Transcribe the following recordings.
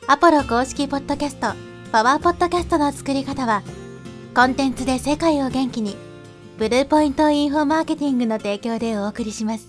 アポロ公式ポッドキャスト、パワーポッドキャストの作り方は、コンテンツで世界を元気に、ブルーポイントインフォマーケティングの提供でお送りします。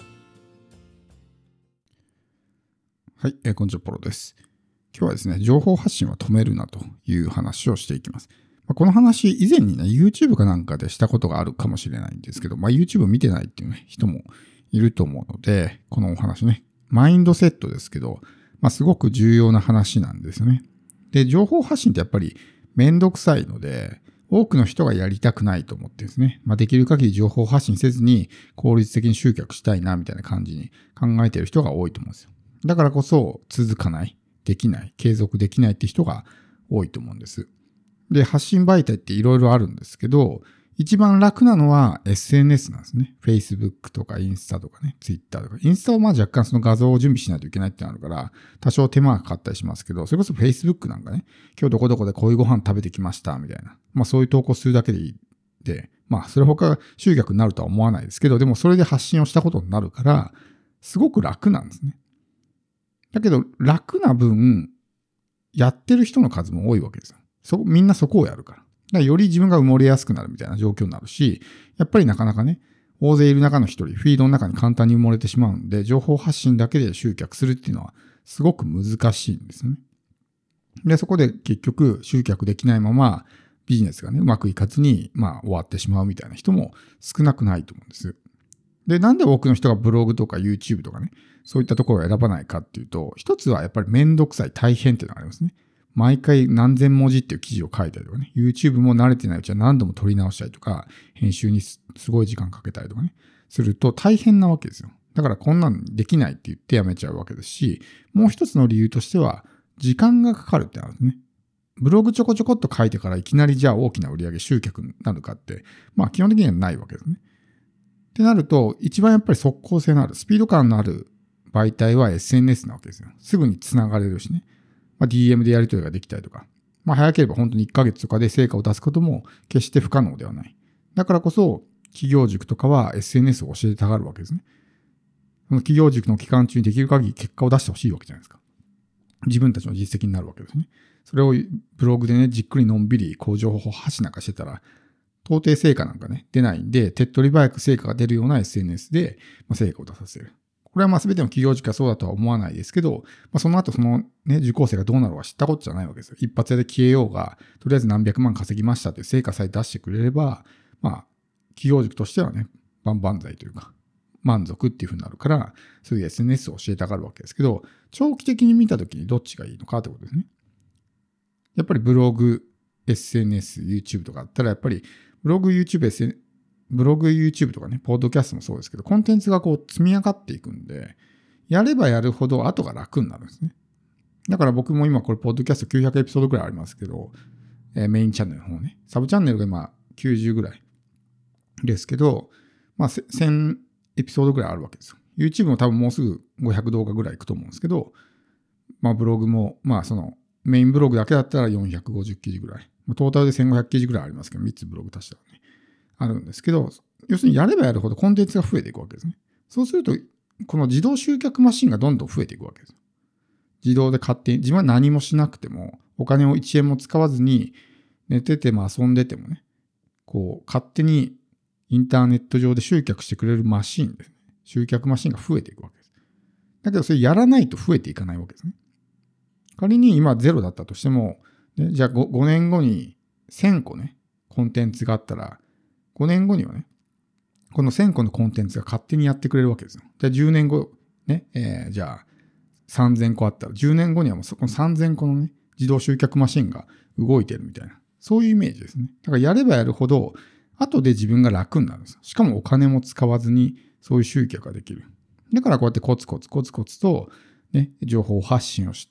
はい、こんにちは、ポロです。今日はですね、情報発信は止めるなという話をしていきます。この話、以前にね、YouTube かなんかでしたことがあるかもしれないんですけど、YouTube 見てないっていうね、人もいると思うので、このお話ね、マインドセットですけど、すごく重要な話なんですよね。で、情報発信ってやっぱりめんどくさいので、多くの人がやりたくないと思ってですね、できる限り情報発信せずに効率的に集客したいな、みたいな感じに考えている人が多いと思うんですよ。だからこそ続かない、できない、継続できないって人が多いと思うんです。で、発信媒体っていろいろあるんですけど、一番楽なのは SNS なんですね。Facebook とかインスタとかね、Twitter とか。インスタは若干その画像を準備しないといけないってなるから、多少手間がかかったりしますけど、それこそ Facebook なんかね、今日どこどこでこういうご飯食べてきましたみたいな。そういう投稿するだけでいいで、それ他集客になるとは思わないですけど、でもそれで発信をしたことになるから、すごく楽なんですね。だけど楽な分、やってる人の数も多いわけですよ。みんなそこをやるから。だからより自分が埋もれやすくなるみたいな状況になるし、やっぱりなかなかね、大勢いる中の一人、フィードの中に簡単に埋もれてしまうんで、情報発信だけで集客するっていうのはすごく難しいんですよね。で、そこで結局集客できないままビジネスがね、うまくいかずに、終わってしまうみたいな人も少なくないと思うんです。で、なんで多くの人がブログとか YouTube とかね、そういったところを選ばないかっていうと、一つはやっぱりめんどくさい、大変っていうのがありますね。毎回何千文字っていう記事を書いたりとかね、YouTube も慣れてないうちは何度も撮り直したりとか、編集にすごい時間かけたりとかね、すると大変なわけですよ。だからこんなんできないって言ってやめちゃうわけですし、もう一つの理由としては、時間がかかるってあるんですね。ブログちょこちょこっと書いてからいきなりじゃあ大きな売り上げ集客になるかって、基本的にはないわけですね。ってなると、一番やっぱり即効性のある、スピード感のある媒体は SNS なわけですよ。すぐに繋がれるしね。DM でやり取りができたりとか。早ければ本当に1ヶ月とかで成果を出すことも決して不可能ではない。だからこそ、企業塾とかは SNS を教えたがるわけですね。その企業塾の期間中にできる限り結果を出してほしいわけじゃないですか。自分たちの実績になるわけですね。それをブログでね、じっくりのんびり情報発信なんかしてたら、到底成果なんかね、出ないんで、手っ取り早く成果が出るような SNS で成果を出させる。これは全ての企業塾がそうだとは思わないですけど、その後そのね、受講生がどうなるか知ったことじゃないわけですよ。一発屋で消えようが、とりあえず何百万稼ぎましたという成果さえ出してくれれば、企業塾としてはね、万々歳というか、満足っていう風になるから、そういう SNS を教えたがるわけですけど、長期的に見たときにどっちがいいのかってことですね。やっぱりブログ、SNS、YouTube とかあったら、やっぱりブログ、YouTube とかね、ポッドキャストもそうですけど、コンテンツが積み上がっていくんで、やればやるほど後が楽になるんですね。だから僕も今これ、ポッドキャスト900エピソードぐらいありますけど、メインチャンネルの方ね、サブチャンネルが今90ぐらいですけど、1000エピソードぐらいあるわけですよ。YouTube も多分もうすぐ500動画ぐらいいくと思うんですけど、ブログも、そのメインブログだけだったら450記事ぐらい。トータルで1500記事ぐらいありますけど、3つブログ足したらね。あるんですけど、要するにやればやるほどコンテンツが増えていくわけですね。そうすると、この自動集客マシンがどんどん増えていくわけです。自動で勝手に、自分は何もしなくても、お金を1円も使わずに、寝てても遊んでてもね、勝手にインターネット上で集客してくれるマシンですね。集客マシンが増えていくわけです。だけど、それやらないと増えていかないわけですね。仮に今ゼロだったとしても、ね、じゃあ 5年後に1000個ね、コンテンツがあったら、5年後にはね、この1000個のコンテンツが勝手にやってくれるわけですよ。じゃあ10年後、ね、じゃあ3000個あったら、10年後にはもうそこの3000個のね、自動集客マシンが動いてるみたいな、そういうイメージですね。だからやればやるほど、後で自分が楽になるんですよ。しかもお金も使わずに、そういう集客ができる。だからこうやってコツコツと、ね、情報発信をして、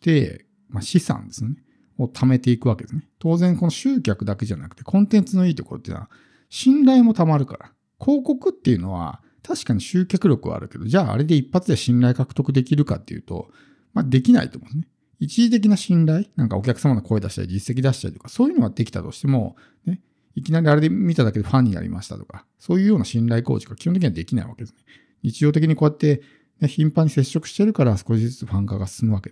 資産ですね、を貯めていくわけですね。当然この集客だけじゃなくて、コンテンツのいいところっていうのは、信頼もたまるから。広告っていうのは確かに集客力はあるけど、じゃああれで一発で信頼獲得できるかっていうと、できないと思うんですね。一時的な信頼、なんかお客様の声出したり実績出したりとか、そういうのはできたとしても、ね、いきなりあれで見ただけでファンになりましたとか、そういうような信頼構築は基本的にはできないわけですね。日常的にこうやって、頻繁に接触してるから少しずつファン化が進むわけだって。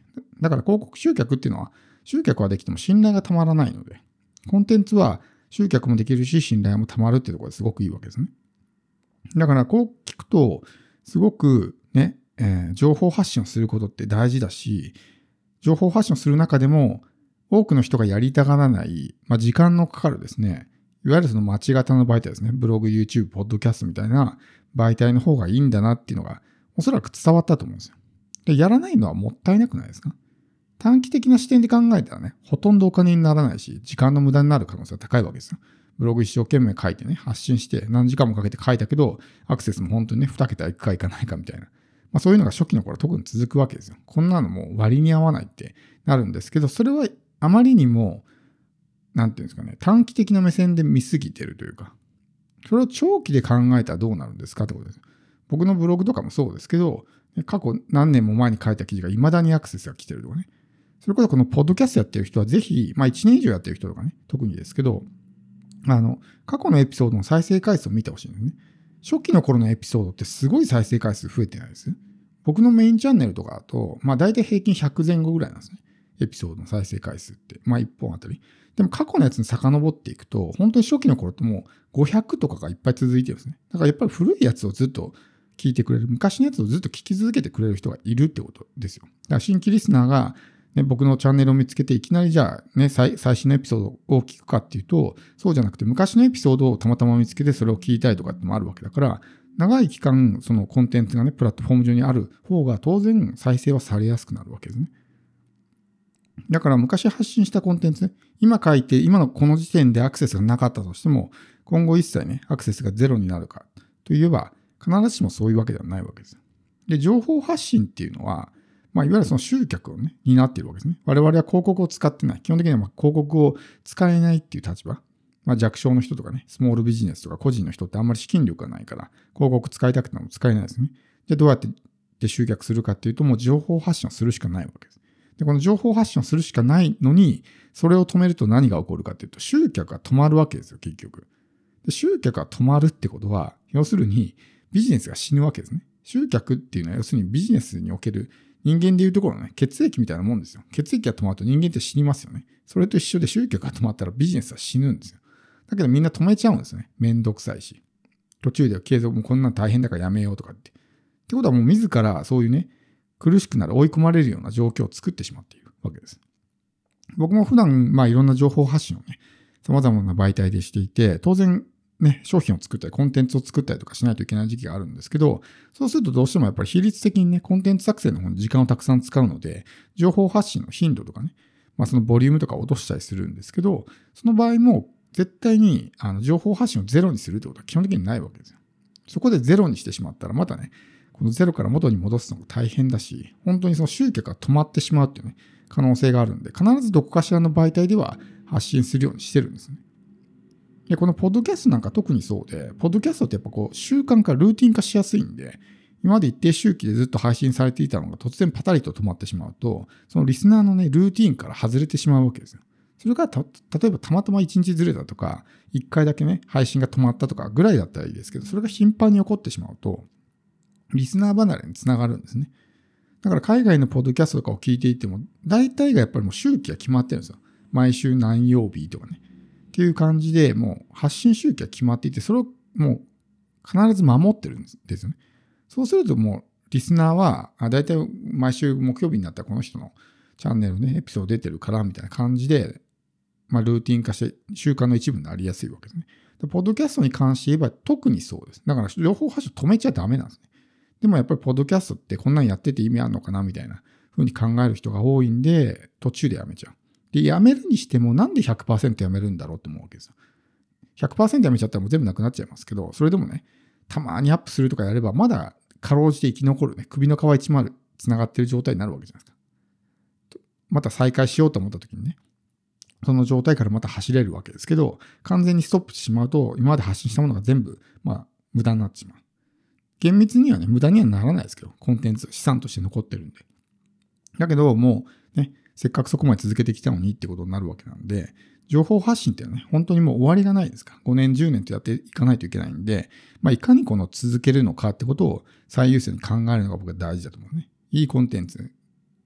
だから広告集客っていうのは、集客はできても信頼がたまらないので、コンテンツは集客もできるし、信頼もたまるっていうところですごくいいわけですね。だからこう聞くと、すごくね、情報発信をすることって大事だし、情報発信をする中でも、多くの人がやりたがらない、時間のかかるですね、いわゆるその街型の媒体ですね、ブログ、YouTube、ポッドキャストみたいな媒体の方がいいんだなっていうのが、おそらく伝わったと思うんですよ。で、やらないのはもったいなくないですか？短期的な視点で考えたらね、ほとんどお金にならないし、時間の無駄になる可能性が高いわけですよ。ブログ一生懸命書いてね、発信して何時間もかけて書いたけど、アクセスも本当にね、2桁いくかいかないかみたいな。そういうのが初期の頃特に続くわけですよ。こんなのもう割に合わないってなるんですけど、それはあまりにも、なんていうんですかね、短期的な目線で見すぎてるというか、それを長期で考えたらどうなるんですかってことです。僕のブログとかもそうですけど、過去何年も前に書いた記事が未だにアクセスが来てるとかね。それこそこのポッドキャストやってる人はぜひ、1年以上やってる人とかね、特にですけど、過去のエピソードの再生回数を見てほしいんですね。初期の頃のエピソードってすごい再生回数増えてないです。僕のメインチャンネルとかだと、大体平均100前後ぐらいなんですね。エピソードの再生回数って。1本あたり。でも過去のやつに遡っていくと、本当に初期の頃ってもう500とかがいっぱい続いてるんですね。だからやっぱり古いやつをずっと聞いてくれる、昔のやつをずっと聞き続けてくれる人がいるってことですよ。だから新規リスナーが、僕のチャンネルを見つけていきなりじゃあ最新のエピソードを聞くかっていうと、そうじゃなくて昔のエピソードをたまたま見つけてそれを聞いたりとかってもあるわけだから、長い期間そのコンテンツがね、プラットフォーム上にある方が当然再生はされやすくなるわけですね。だから昔発信したコンテンツね、今書いて今のこの時点でアクセスがなかったとしても、今後一切ね、アクセスがゼロになるかといえば、必ずしもそういうわけではないわけです。で、情報発信っていうのは、いわゆるその集客をね、担っているわけですね。我々は広告を使ってない。基本的には広告を使えないっていう立場。弱小の人とかね、スモールビジネスとか個人の人ってあんまり資金力がないから、広告使いたくても使えないですね。で、どうやって集客するかっていうと、もう情報発信をするしかないわけです。で、この情報発信をするしかないのに、それを止めると何が起こるかっていうと、集客が止まるわけですよ、結局。で、集客が止まるってことは、要するにビジネスが死ぬわけですね。集客っていうのは要するにビジネスにおける人間でいうところのね、血液みたいなもんですよ。血液が止まると人間って死にますよね。それと一緒で集客が止まったらビジネスは死ぬんですよ。だけどみんな止めちゃうんですね。めんどくさいし。途中では継続もこんなん大変だからやめようとかって。ってことはもう自らそういうね、苦しくなる追い込まれるような状況を作ってしまっているわけです。僕も普段いろんな情報発信をね、様々な媒体でしていて、当然ね、商品を作ったり、コンテンツを作ったりとかしないといけない時期があるんですけど、そうするとどうしてもやっぱり比率的にね、コンテンツ作成の方に時間をたくさん使うので、情報発信の頻度とかね、そのボリュームとかを落としたりするんですけど、その場合も絶対に情報発信をゼロにするってことは基本的にないわけですよ。そこでゼロにしてしまったら、またね、このゼロから元に戻すのが大変だし、本当にその集客が止まってしまうっていうね、可能性があるんで、必ずどこかしらの媒体では発信するようにしてるんですね。で、このポッドキャストなんか特にそうで、ポッドキャストってやっぱ習慣化、ルーティン化しやすいんで、今まで一定周期でずっと配信されていたのが突然パタリと止まってしまうと、そのリスナーのね、ルーティンから外れてしまうわけですよ。それが例えばたまたま1日ずれたとか、1回だけね、配信が止まったとかぐらいだったらいいですけど、それが頻繁に起こってしまうと、リスナー離れにつながるんですね。だから海外のポッドキャストとかを聞いていても、大体がやっぱりもう周期が決まってるんですよ。毎週何曜日とかね。っていう感じで、もう発信周期が決まっていて、それをもう必ず守ってるんですよね。そうするともうリスナーは、だいたい毎週木曜日になったらこの人のチャンネルね、エピソード出てるからみたいな感じで、ルーティン化して習慣の一部になりやすいわけですね。でポッドキャストに関して言えば特にそうです。だから情報発信止めちゃダメなんですね。でもやっぱりポッドキャストってこんなんやってて意味あるのかなみたいな風に考える人が多いんで、途中でやめちゃう。で、やめるにしてもなんで 100% やめるんだろうって思うわけですよ。100% やめちゃったらもう全部なくなっちゃいますけど、それでもね、たまにアップするとかやれば、まだかろうじて生き残るね、首の皮一枚つながってる状態になるわけじゃないですか。また再開しようと思った時にね、その状態からまた走れるわけですけど、完全にストップしてしまうと、今まで発信したものが全部、無駄になってしまう。厳密にはね、無駄にはならないですけど、コンテンツ、資産として残ってるんで。だけど、もうね、せっかくそこまで続けてきたのにってことになるわけなんで、情報発信っていうのはね、本当にもう終わりがないですから。5年、10年とやっていかないといけないんで、いかにこの続けるのかってことを最優先に考えるのが僕は大事だと思うね。いいコンテンツ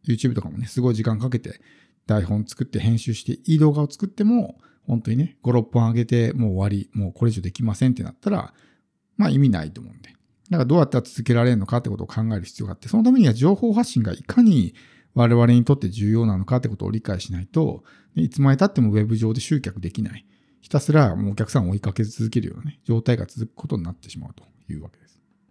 YouTube とかもね、すごい時間かけて台本作って編集していい動画を作っても、本当にね、5、6本上げてもう終わり、もうこれ以上できませんってなったら、まあ意味ないと思うんで。だからどうやったら続けられるのかってことを考える必要があって、そのためには情報発信がいかに我々にとって重要なのかってことを理解しないと、いつまで経ってもウェブ上で集客できない。ひたすらもうお客さんを追いかけ続けるようなね、状態が続くことになってしまうというわけです。